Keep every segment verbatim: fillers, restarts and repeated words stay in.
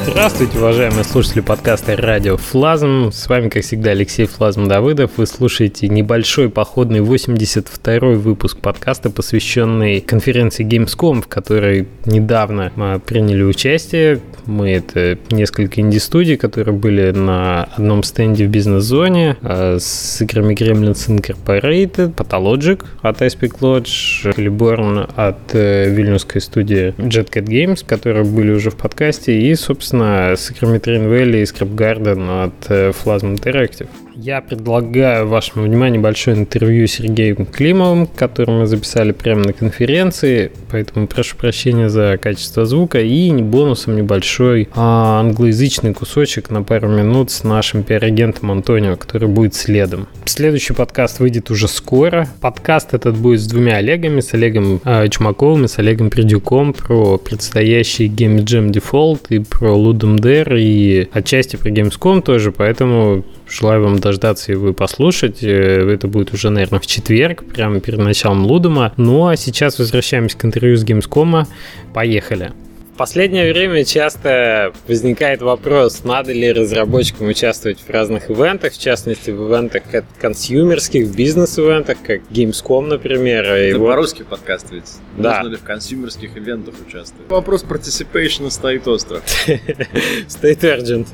Здравствуйте, уважаемые слушатели подкаста «Радио Флазм». С вами, как всегда, Алексей Флазм-Давыдов. Вы слушаете небольшой походный восемьдесят второй выпуск подкаста, посвященный конференции Gamescom, в которой недавно мы приняли участие. Мы — это несколько инди-студий, которые были на одном стенде в бизнес-зоне с играми Gremlins Incorporated, Pathologic от Aspect Lodge, Caliborn от вильнюсской студии Jet Cat Games, которые были уже в подкасте, и, собственно, с играми Train Valley и Scrap Garden от Plasma Interactive. Я предлагаю вашему вниманию большое интервью с Сергеем Климовым, которое мы записали прямо на конференции, поэтому прошу прощения за качество звука, и бонусом небольшой а, англоязычный кусочек на пару минут с нашим пиар-агентом Антонио, который будет следом. Следующий подкаст выйдет уже скоро. Подкаст этот будет с двумя Олегами, с Олегом а, Чумаковым и с Олегом Придюком, про предстоящий Game Jam Default и про Ludum Dare, и отчасти про Gamescom тоже, поэтому желаю вам дождаться его и послушать. Это будет уже, наверное, в четверг, прямо перед началом Лудума. Ну, а сейчас возвращаемся к интервью с Gamescom. Поехали. В последнее время часто возникает вопрос, надо ли разработчикам участвовать в разных ивентах, в частности, в ивентах консюмерских, в бизнес-ивентах, как Gamescom, например. Это его... по-русски подкаст ведь. Да. Можно ли в консюмерских ивентах участвовать? Вопрос participation стоит остро. Стоит urgent.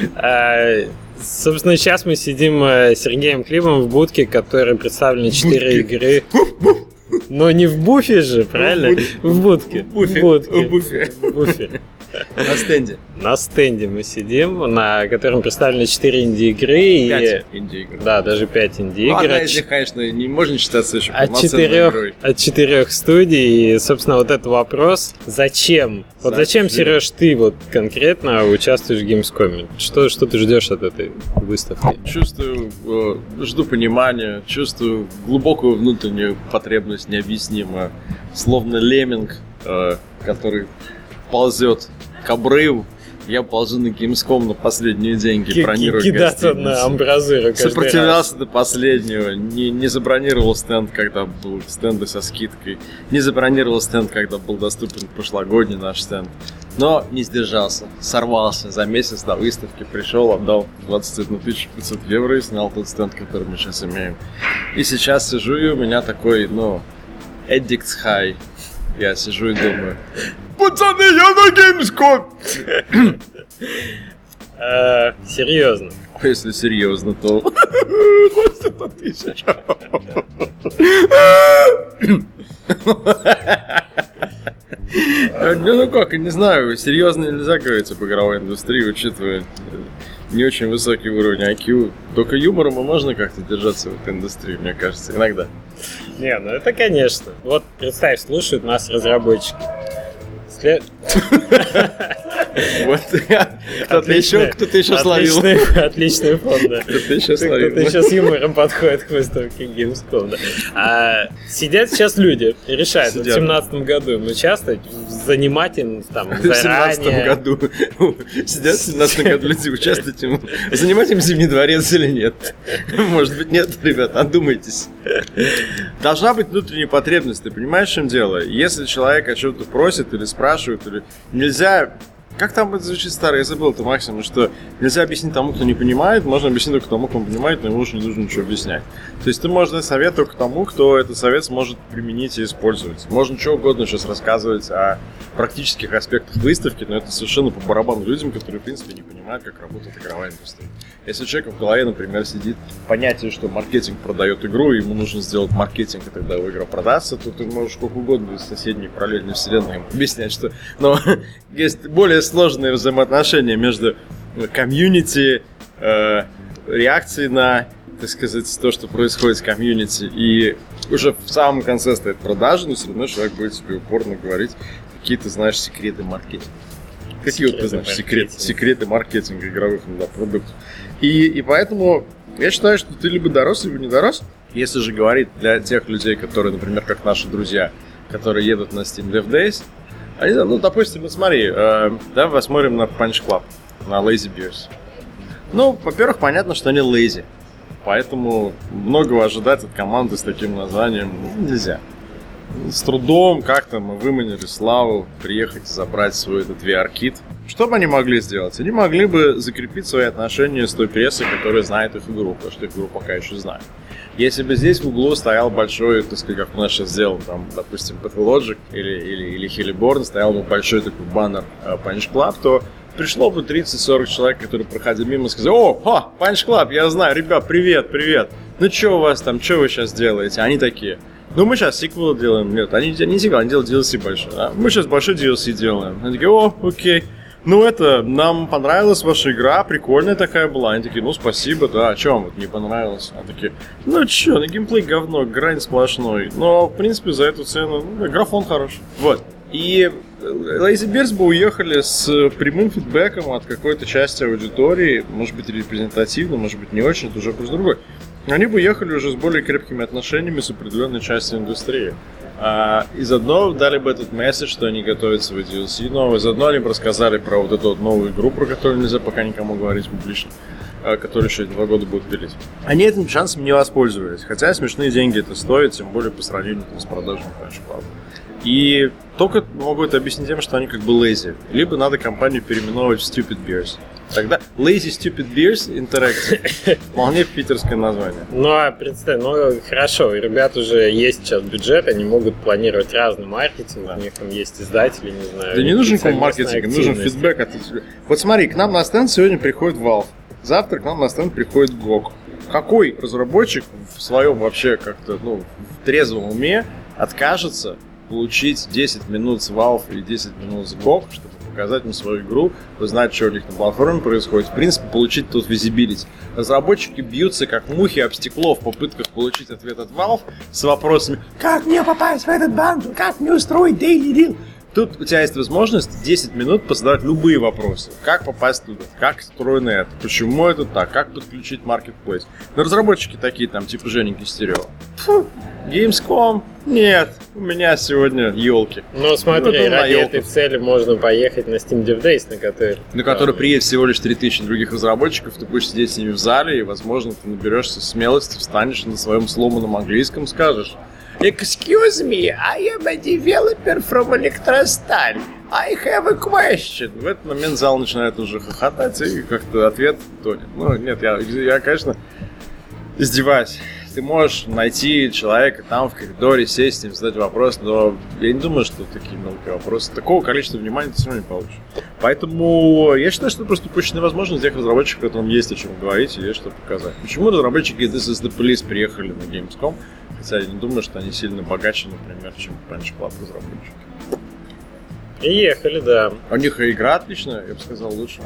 Собственно, сейчас мы сидим с Сергеем Климовым в будке, в которой представлены четыре игры. Но не в буфе же, правильно? В будке. В буфе. В буфе. В буфе. На стенде. На стенде мы сидим, на котором представлены четыре инди-игры. Пять и... инди-игр. Да, даже пять инди-игр. Ну, одна из них, конечно, не можно считаться еще от четырех, игрой. От четырех студий. И, собственно, вот этот вопрос. Зачем? Вот зачем, Сереж, ты вот конкретно участвуешь в Gamescom? Что, что ты ждешь от этой выставки? Чувствую, жду понимания, чувствую глубокую внутреннюю потребность, необъяснимую. Словно лемминг, который ползет к обрыву. Я ползу на Gamescom на последние деньги, К- бронирую кидаться на амбразуру. Сопротивлялся до последнего. Не, не забронировал стенд, когда был стенды со скидкой. Не забронировал стенд, когда был доступен прошлогодний наш стенд. Но не сдержался, сорвался. За месяц до выставки пришел, отдал двадцать одну тысячу пятьсот евро и снял тот стенд, который мы сейчас имеем. И сейчас сижу, и у меня такой, ну, addicts high. Я сижу и думаю: пацаны, я на Gamescom! Серьезно? Если серьезно, то... двадцать тысяч. Ну как, я не знаю, серьезно нельзя говорить об игровой индустрии, учитывая не очень высокий уровень ай кью. Только юмором и можно как-то держаться в этой индустрии, мне кажется, иногда. Не, ну это конечно. Вот представь, слушают нас разработчики. След... Вот, кто-то еще, кто-то еще словил. Отличный фон, да. Кто-то еще словил. Кто-то еще с юмором подходит к выставке Gamescom, да. А сидят сейчас люди и решают, в семнадцатом году им участвовать, занимать им там заранее. В семнадцатом году. Сидят в семнадцатом году люди, участвовать им, занимать им Зимний дворец или нет. Может быть, нет, ребят, одумайтесь. Должна быть внутренняя потребность, ты понимаешь, в чем дело? Если человек о чем-то просит или спрашивает, или нельзя... Как там это звучит старый? Я забыл это максимум, что нельзя объяснить тому, кто не понимает, можно объяснить только тому, кто понимает, но ему уже не нужно ничего объяснять. То есть ты можешь дать совет только тому, кто этот совет сможет применить и использовать. Можно что угодно сейчас рассказывать о практических аспектах выставки, но это совершенно по барабану людям, которые, в принципе, не понимают, как работает игровая индустрия. Если у человека в голове, например, сидит понятие, что маркетинг продает игру, и ему нужно сделать маркетинг, и тогда игра продастся, то ты можешь сколько угодно из соседней параллельной вселенной ему объяснять, что... Но есть более сложные взаимоотношения между комьюнити, э, реакцией на, так сказать, то, что происходит с комьюнити, и уже в самом конце стоит продажа, но все равно человек будет тебе упорно говорить какие-то, знаешь, секреты маркетинга. Какие вот ты знаешь секреты, секреты маркетинга игровых да, продуктов. И, и поэтому я считаю, что ты либо дорос, либо не дорос. Если же говорить для тех людей, которые, например, как наши друзья, которые едут на Steam Dev Days, они, ну, допустим, вот смотри, э, давай посмотрим на Punch Club, на Lazy Bears. Ну, во-первых, понятно, что они lazy, поэтому многого ожидать от команды с таким названием нельзя. С трудом как-то мы выманили Славу приехать и забрать свой этот ви ар-кит. Что бы они могли сделать? Они могли бы закрепить свои отношения с той прессой, которая знает их игру, потому что их игру пока еще знают. Если бы здесь в углу стоял большой, так сказать, как у нас сейчас сделан, там, допустим, Pathologic или, или, или Heliborn, стоял бы большой такой баннер uh, Punch Club, то пришло бы тридцать-сорок человек, которые, проходя мимо, сказали: «О, ха, Punch Club, я знаю, ребят, привет, привет, ну что у вас там, что вы сейчас делаете?» Они такие: «Ну мы сейчас сиквел делаем». Нет, они не сиквел, они делают ди эл си большой, да? «Мы сейчас большой ди эл си делаем». Они такие: «О, окей. Ну это, нам понравилась ваша игра, прикольная такая была». Они такие: «Ну спасибо, да, а что вам вот не понравилось?» Они такие: «Ну чё, на геймплей говно, грань сплошной, но в принципе за эту цену ну, графон хороший». Вот. И Lazy Bears бы уехали с прямым фидбэком от какой-то части аудитории, может быть репрезентативно, может быть не очень, это уже вопрос другой. Они бы уехали уже с более крепкими отношениями с определенной частью индустрии. А, и заодно дали бы этот месседж, что они готовят свой ди эл си новый. Заодно они бы рассказали про вот эту вот новую игру, про которую нельзя пока никому говорить публично, которую еще два года будут пилить. Они этим шансом не воспользовались. Хотя смешные деньги это стоит, тем более по сравнению там, с продажами Punch Club. И только могу это объяснить тем, что они как бы lazy. Либо надо компанию переименовывать в Stupid Bears. Тогда Lazy Stupid Bears Interactive вполне питерское название. Ну, а представь, ну хорошо, у ребят уже есть сейчас бюджет, они могут планировать разный маркетинг, да. У них там есть издатели, не знаю. Да не нужен никакой маркетинг, нужен фидбэк от... Вот смотри, к нам на стенд сегодня приходит Valve, завтра к нам на стенд приходит джи о джи. Какой разработчик в своем вообще как-то, ну, в трезвом уме откажется получить десять минут с Valve и десять минут с джи о джи, чтобы показать им свою игру, узнать, что у них на платформе происходит, в принципе, получить тут визибилити. Разработчики бьются как мухи об стекло в попытках получить ответ от Valve с вопросами: «Как мне попасть в этот бандл? Как мне устроить daily deal?» Тут у тебя есть возможность десять минут позадавать любые вопросы. Как попасть туда? Как устроено это? Почему это так? Как подключить Marketplace? Но разработчики такие, там, типа Жененьки Стерео. Фу, Gamescom? Нет, у меня сегодня елки. Ну смотри, ну, ради этой цели можно поехать на Steam Dev Days, на который... На который приедет всего лишь три тысячи других разработчиков, ты будешь сидеть с ними в зале, и, возможно, ты наберешься смелости, встанешь на своем сломанном английском, скажешь: «Excuse me, I am a developer from Electrostal. I have a question». В этот момент зал начинает уже хохотать, и как-то ответ тонет. Ну, нет, я, я, конечно, издеваюсь. Ты можешь найти человека там в коридоре, сесть с ним, задать вопрос, но я не думаю, что такие мелкие вопросы, такого количества внимания ты все равно не получишь. Поэтому я считаю, что это просто упущенная возможность тех разработчиков, которым есть о чем говорить и есть что показать. Почему разработчики This is the Police приехали на Gamescom? Хотя я не думаю, что они сильно богаче, например, чем Punch Club разработчики. И ехали, да. У них и игра отличная, я бы сказал, лучше.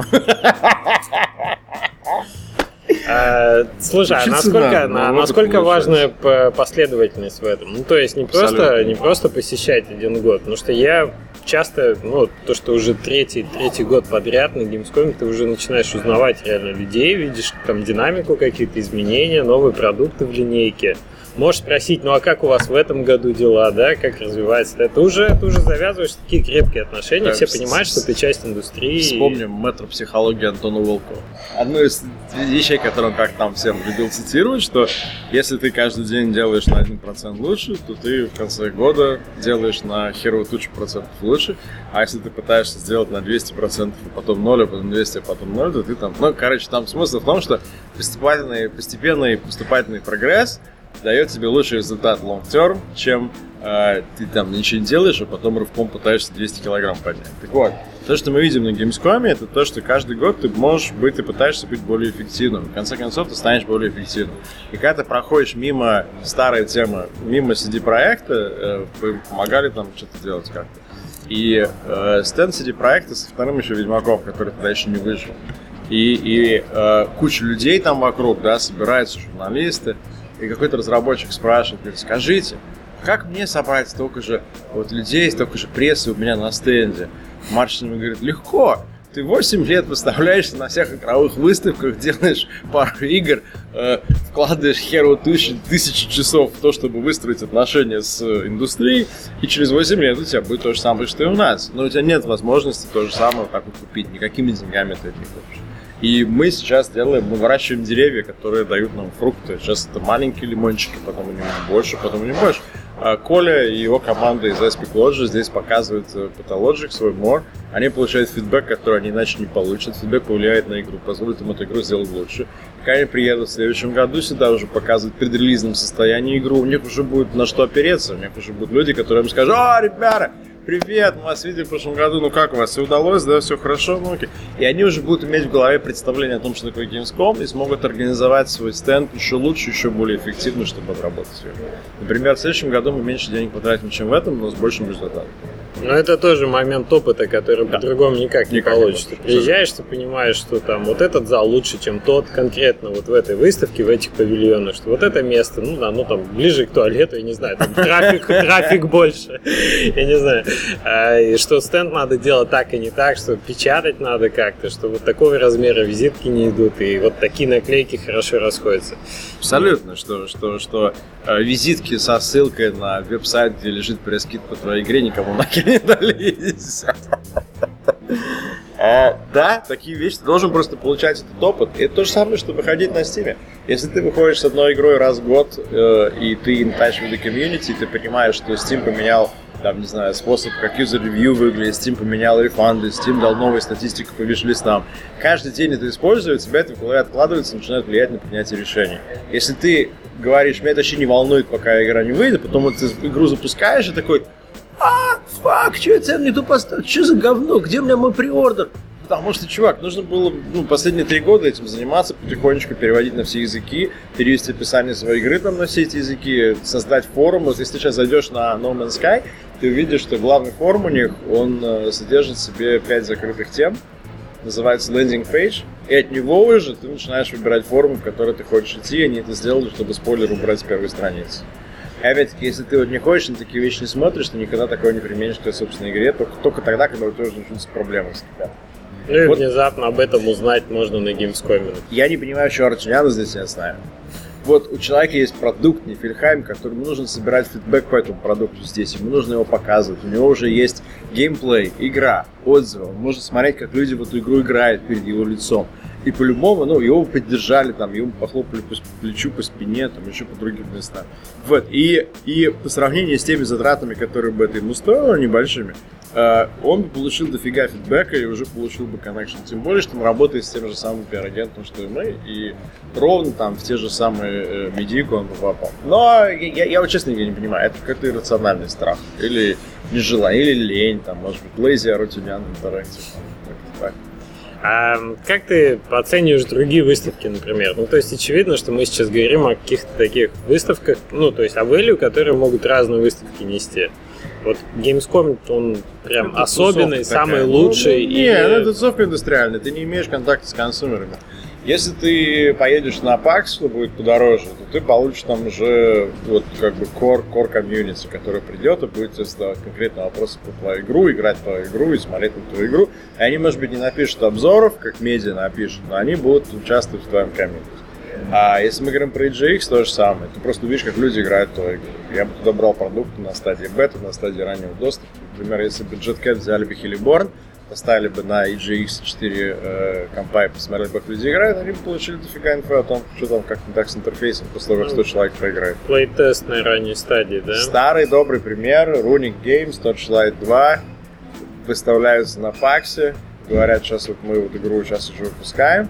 А, слушай, а насколько, на, насколько важна последовательность в этом? Ну, то есть не просто, не просто посещать один год, потому что я часто, ну, то, что уже третий, третий год подряд на Gamescom, ты уже начинаешь узнавать реально людей, видишь там динамику, какие-то изменения, новые продукты в линейке. Можешь спросить: ну а как у вас в этом году дела, да, как развивается? Это уже, ты уже завязываешь такие крепкие отношения, да, все понимают, что ты часть индустрии. Вспомним мэтр психологии Антона Волкова. Одну из вещей, которую он как там всем любил цитировать, что если ты каждый день делаешь на один процент лучше, то ты в конце года делаешь на херовую тучу процентов лучше, а если ты пытаешься сделать на двести процентов, и потом ноль, а потом двести, а потом ноль, то ты там... Ну, короче, там смысл в том, что постепенный, постепенный поступательный прогресс дает тебе лучший результат long term, чем э, ты там ничего не делаешь, а потом рывком пытаешься двести килограмм поднять. Так вот, то, что мы видим на Gamescom, это то, что каждый год ты можешь быть, ты пытаешься быть более эффективным. В конце концов, ты станешь более эффективным. И когда ты проходишь мимо старой темы, мимо си ди-проекта, э, помогали там что-то делать как-то. И э, стенд си ди-проекта со вторым еще Ведьмаком, который тогда еще не вышел. И, и э, куча людей там вокруг, да, собираются журналисты. И какой-то разработчик спрашивает, говорит: скажите, как мне собрать столько же вот людей, столько же прессы у меня на стенде? Марч ему говорит: легко, ты восемь лет выставляешься на всех игровых выставках, делаешь пару игр, э, вкладываешь херу тысячи, тысячи часов в то, чтобы выстроить отношения с индустрией, и через восемь лет у тебя будет то же самое, что и у нас. Но у тебя нет возможности то же самое так вот купить, никакими деньгами ты это не купишь. И мы сейчас делаем, мы выращиваем деревья, которые дают нам фрукты. Сейчас это маленькие лимончики, потом у них больше, потом у них больше. Коля и его команда из Aspect Logic здесь показывают Pathologic, свой мор. Они получают фидбэк, который они иначе не получат. Фидбэк повлияет на игру, позволит им эту игру сделать лучше. Когда они приедут в следующем году сюда, уже показывать в предрелизном состоянии игру, у них уже будет на что опереться. У них уже будут люди, которые им скажут: «О, ребята, привет, мы вас видели в прошлом году, ну как у вас, все удалось, да, все хорошо, ну окей». И они уже будут иметь в голове представление о том, что такое Gamescom, и смогут организовать свой стенд еще лучше, еще более эффективно, чтобы отработать его. Например, в следующем году мы меньше денег потратим, чем в этом, но с большим результатом. Но это тоже момент опыта, который да. по-другому никак не никак получится. Не ты приезжаешь, ты понимаешь, что там вот этот зал лучше, чем тот, конкретно вот в этой выставке, в этих павильонах, что вот это место, ну да, ну там ближе к туалету, я не знаю, там трафик, трафик больше, я не знаю, и что стенд надо делать так и не так, что печатать надо как-то, что вот такого размера визитки не идут, и вот такие наклейки хорошо расходятся. Абсолютно, что, что, что э, визитки со ссылкой на веб-сайт, где лежит пресс-кит по твоей игре, никому нахер не дались. А, да, такие вещи. Ты должен просто получать этот опыт. И это то же самое, что выходить на Steam. Если ты выходишь с одной игрой раз в год, э, и ты in touch with the community, ты понимаешь, что Steam поменял, там, не знаю, способ, как юзер-ревью выглядит, Steam поменял рефанды, Steam дал новую статистику по виш-листам. Каждый день это использует, тебя это в голове откладывается и начинает влиять на принятие решений. Если ты говоришь: меня это вообще не волнует, пока игра не выйдет, потом ты игру запускаешь и такой: а, фак, что я цену не ту поставил, что за говно, где у меня мой преордер? Потому что, чувак, нужно было ну, последние три года этим заниматься, потихонечку переводить на все языки, перевести описание своей игры там на все эти языки, создать форум. Вот если ты сейчас зайдешь на No Man's Sky, ты увидишь, что главный форум у них, он э, содержит в себе пять закрытых тем, называется Landing Page, и от него уже ты начинаешь выбирать форум, в который ты хочешь идти, и они это сделали, чтобы спойлер убрать с первой страницы. И опять-таки, если ты вот не хочешь, на такие вещи не смотришь, ты никогда такое не применишь в твоей собственной игре, только, только тогда, когда у тебя уже начнутся проблемы с тебя. Ну и вот. Внезапно об этом узнать можно на Gamescom. Я не понимаю, что Артюняна здесь не знаю. Вот у человека есть продукт, Нифельхайм, которому нужно собирать фидбэк по этому продукту здесь, ему нужно его показывать. У него уже есть геймплей, игра, отзывы, он может смотреть, как люди в эту игру играют перед его лицом. И по-любому, ну, его поддержали, там, ему похлопали по плечу, по спине, там, еще по другим местам. Вот, и, и по сравнению с теми затратами, которые бы это ему стоило, небольшими, э, он бы получил дофига фидбэка и уже получил бы коннекшн. Тем более, что он работает с тем же самым пиар-агентом, что и мы, и ровно там в те же самые э, медийку он бы попал. Но я, я вот честно говоря не понимаю, это какой-то иррациональный страх, или нежелание, или лень, там, может быть, lazy Артюнян в интернете, как-то так. А как ты оцениваешь другие выставки, например? Ну, то есть, очевидно, что мы сейчас говорим о каких-то таких выставках, ну, то есть, о value, которые могут разные выставки нести. Вот Gamescom, он прям это особенный, самый такая. лучший. Ну, и... Не, ну, это тусовка индустриальная, ты не имеешь контакта с консумерами. Если ты поедешь на пакс, что будет подороже, то ты получишь там уже вот как бы core, core community, который придет и будет тебе задавать конкретные вопросы по твою игру, играть в твою игру и смотреть на твою игру. И они, может быть, не напишут обзоров, как медиа напишут, но они будут участвовать в твоем комьюнити. А если мы говорим про и джи икс, то же самое. Ты просто увидишь, как люди играют в твою игру. Я бы туда брал продукты на стадии бета, на стадии раннего доступа. Например, если бы JetCat взяли бы Heliborn, поставили бы на и джи икс четыре э, компа и посмотрели бы, как люди играют, они бы получили дофига инфы о том, что там, как не так с интерфейсом, после того, как сто человек проиграет. Плейтест на ранней стадии, да? Старый добрый пример. Runic Games, Torchlight два выставляются на паксе, говорят, сейчас вот мы вот игру сейчас уже выпускаем.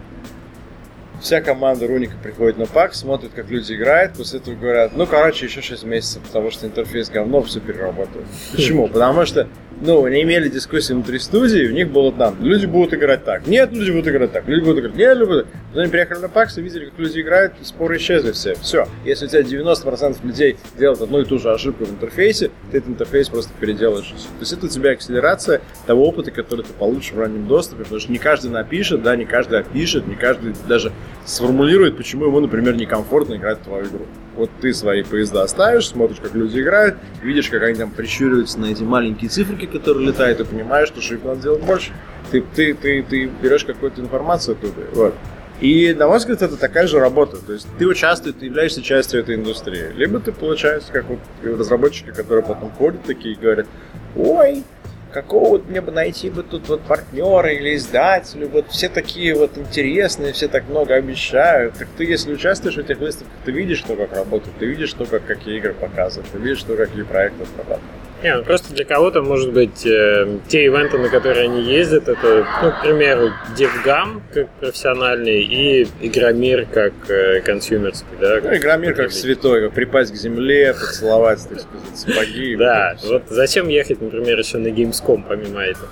Вся команда Руника приходит на пакс, смотрит, как люди играют, после этого говорят, ну, короче, еще шесть месяцев, потому что интерфейс говно, все переработают. Почему? Потому что, ну, они имели дискуссии внутри студии, у них было там, люди будут играть так, нет, люди будут играть так, люди будут играть, нет, люди будут. Потом они приехали на пакс и видели, как люди играют, и споры исчезли все. Все. Если у тебя девяносто процентов людей делают одну и ту же ошибку в интерфейсе, ты этот интерфейс просто переделаешь. То есть это у тебя акселерация того опыта, который ты получишь в раннем доступе, потому что не каждый напишет, да, не каждый опишет, не каждый даже сформулирует, почему ему, например, некомфортно играть в твою игру. Вот ты свои поезда ставишь, смотришь, как люди играют, видишь, как они там прищуриваются на эти маленькие циферки, которые летают, и понимаешь, что шрифт надо делать больше. Ты, ты, ты, ты берешь какую-то информацию оттуда. Вот. И, на мой взгляд, это такая же работа. То есть ты участвуешь, ты являешься частью этой индустрии. Либо ты получаешься, как вот разработчики, которые потом ходят такие и говорят, ой, какого вот мне бы найти бы тут вот партнера или издателя, вот все такие вот интересные, все так много обещают. Так ты, если участвуешь в этих выставках, ты видишь, что как работает, ты видишь, что как, какие игры показывают, ты видишь, что какие проекты отрабатывают. Не, ну просто для кого-то, может быть, э, те ивенты, на которые они ездят, это, ну, к примеру, DevGam как профессиональный и Игромир как э, консюмерский, да? Ну, Игромир как святой, как припасть к земле, поцеловать, так сказать, сапоги. Да, вот зачем ехать, например, еще на Gamescom помимо этого?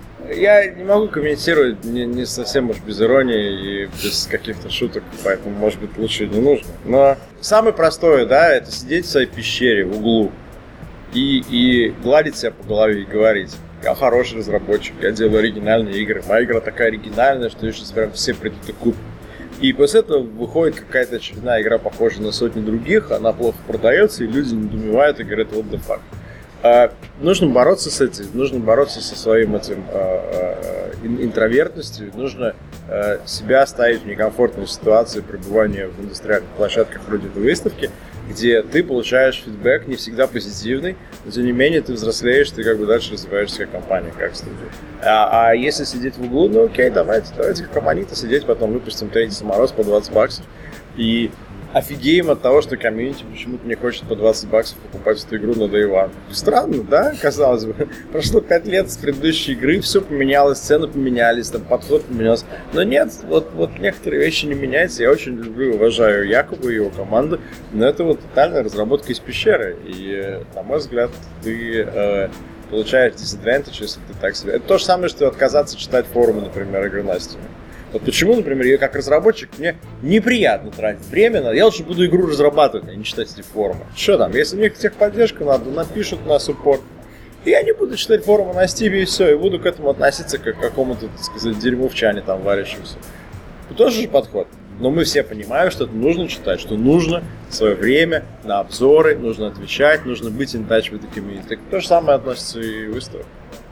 Я не могу комментировать, не, не совсем уж без иронии и без каких-то шуток, поэтому, может быть, лучше не нужно. Но самое простое, да, это сидеть в своей пещере в углу и, и гладить себя по голове и говорить: я хороший разработчик, я делаю оригинальные игры, моя игра такая оригинальная, что ее сейчас прям все придут и купят. И после этого выходит какая-то очередная игра, похожая на сотни других, она плохо продается, и люди недоумевают и говорят: what the fuck. Uh, нужно бороться с этим, нужно бороться со своим этим uh, uh, интровертностью, нужно uh, себя ставить в некомфортную ситуацию пребывания в индустриальных площадках вроде этой выставки, где ты получаешь фидбэк не всегда позитивный, но тем не менее ты взрослеешь, ты как бы дальше развиваешься как компания, как студия. А, а если сидеть в углу, ну окей, давайте, давайте как компания-то сидеть, потом выпустим третий Самороз по двадцать баксов и офигеем от того, что комьюнити почему-то не хочет по двадцать баксов покупать эту игру на Day One. Странно, да, казалось бы. Прошло пять лет с предыдущей игры, все поменялось, цены поменялись, там подход поменялся. Но нет, вот, вот некоторые вещи не меняются. Я очень люблю и уважаю Якуба и его команду, но это вот тотальная разработка из пещеры. И, на мой взгляд, ты э, получаешь disadvantage, если ты так себя... Это то же самое, что отказаться читать форумы, например, игры на Steam. Вот почему, например, я как разработчик, мне неприятно тратить время, на... я лучше буду игру разрабатывать, а не читать эти форумы. Что там, если мне техподдержка надо, напишут на суппорт. И я не буду читать форумы на Steam и все, и буду к этому относиться как к какому-то, так сказать, дерьму в чане там варящемуся. Это тоже же подход. Но мы все понимаем, что это нужно читать, что нужно свое время на обзоры, нужно отвечать, нужно быть in touch with the community. Так то же самое относится и в выставке.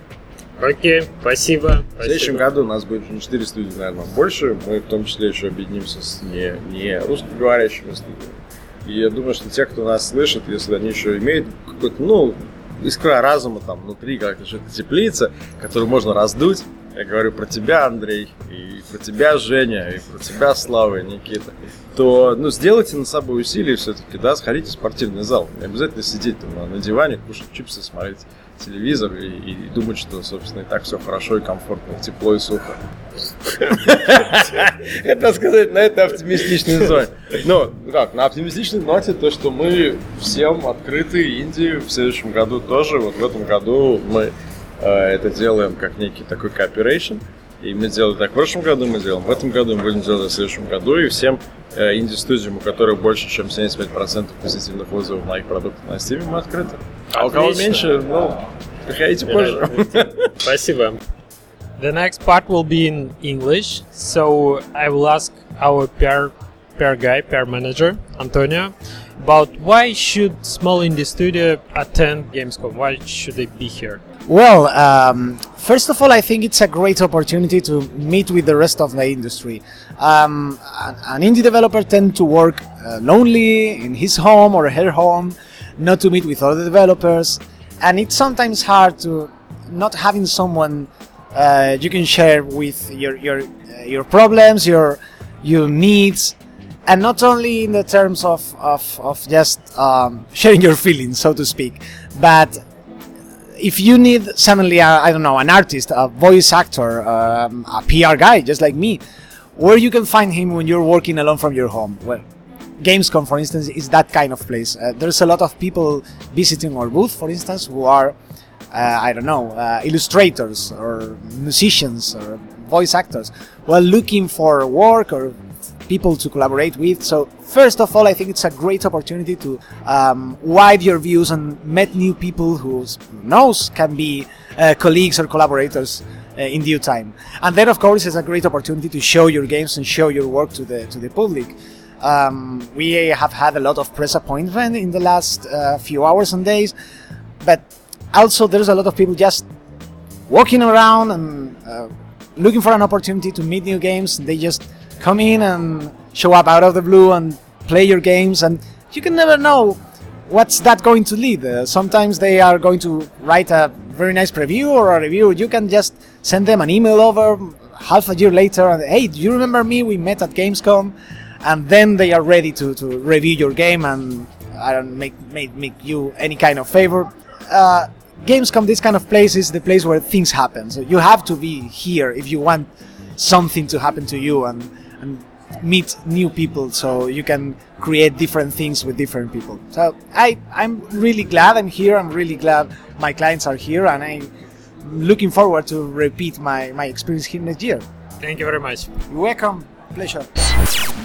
Окей, спасибо. В следующем году у нас будет уже четыре студии, наверное, больше. Мы в том числе еще объединимся с не, не русскоговорящими студиями. И я думаю, что те, кто нас слышит, если они еще имеют какой-то, ну, искра разума там внутри, как-то что-то теплица, которую можно раздуть. Я говорю про тебя, Андрей, и про тебя, Женя, и про тебя, Слава и Никита. То, ну, сделайте над собой усилия все-таки, да, сходите в спортивный зал. Не обязательно сидеть там на, на диване, кушать чипсы, смотреть телевизор и, и, и думать, что, собственно, и так все хорошо и комфортно, тепло и сухо. Это сказать на этой оптимистичной зоне. Ну, как, на оптимистичной ноте то, что мы всем открыты, Индии в следующем году тоже. Вот в этом году мы э, это делаем как некий такой cooperation. И мы делали так в прошлом году, мы делаем в этом году, мы будем делать в следующем году. И всем э, инди-студиям, у которых больше, чем семьдесят пять процентов позитивных отзывов на их продукты на Steam, мы открыты. А у кого меньше, ну, приходите позже. Спасибо. The next part will be in English, so I will ask our P R, P R guy, P R manager, Antonio, about why should small indie studio attend Gamescom? Why should they be here? Well, um, first of all, I think it's a great opportunity to meet with the rest of the industry. Um, an indie developer tends to work uh, lonely in his home or her home, not to meet with other developers, and it's sometimes hard to not having someone uh, you can share with your your uh, your problems, your your needs, and not only in the terms of of, of just um, sharing your feelings, so to speak, but if you need suddenly, a, I don't know, an artist, a voice actor, um, a P R guy, just like me, where you can find him when you're working alone from your home. Well, Gamescom, for instance, is that kind of place. Uh, there's a lot of people visiting our booth, for instance, who are, uh, I don't know, uh, illustrators or musicians or voice actors, who are looking for work or people to collaborate with. So first of all, I think it's a great opportunity to um, widen your views and meet new people who knows can be uh, colleagues or collaborators uh, in due time. And then, of course, it's a great opportunity to show your games and show your work to the to the public. Um, we have had a lot of press appointment in the last uh, few hours and days, but also there's a lot of people just walking around and uh, looking for an opportunity to meet new games. They just come in and show up out of the blue and play your games, and you can never know what's that going to lead. Uh, sometimes they are going to write a very nice preview or a review, you can just send them an email over half a year later and, hey, do you remember me? We met at Gamescom. And then they are ready to, to review your game and I don't make, make make you any kind of favor. Uh, Gamescom, this kind of place, is the place where things happen. So you have to be here if you want something to happen to you and, and meet new people so you can create different things with different people. So I, I'm really glad I'm here. I'm really glad my clients are here, and I'm looking forward to repeat my, my experience here next year. Thank you very much. You're welcome. Pleasure.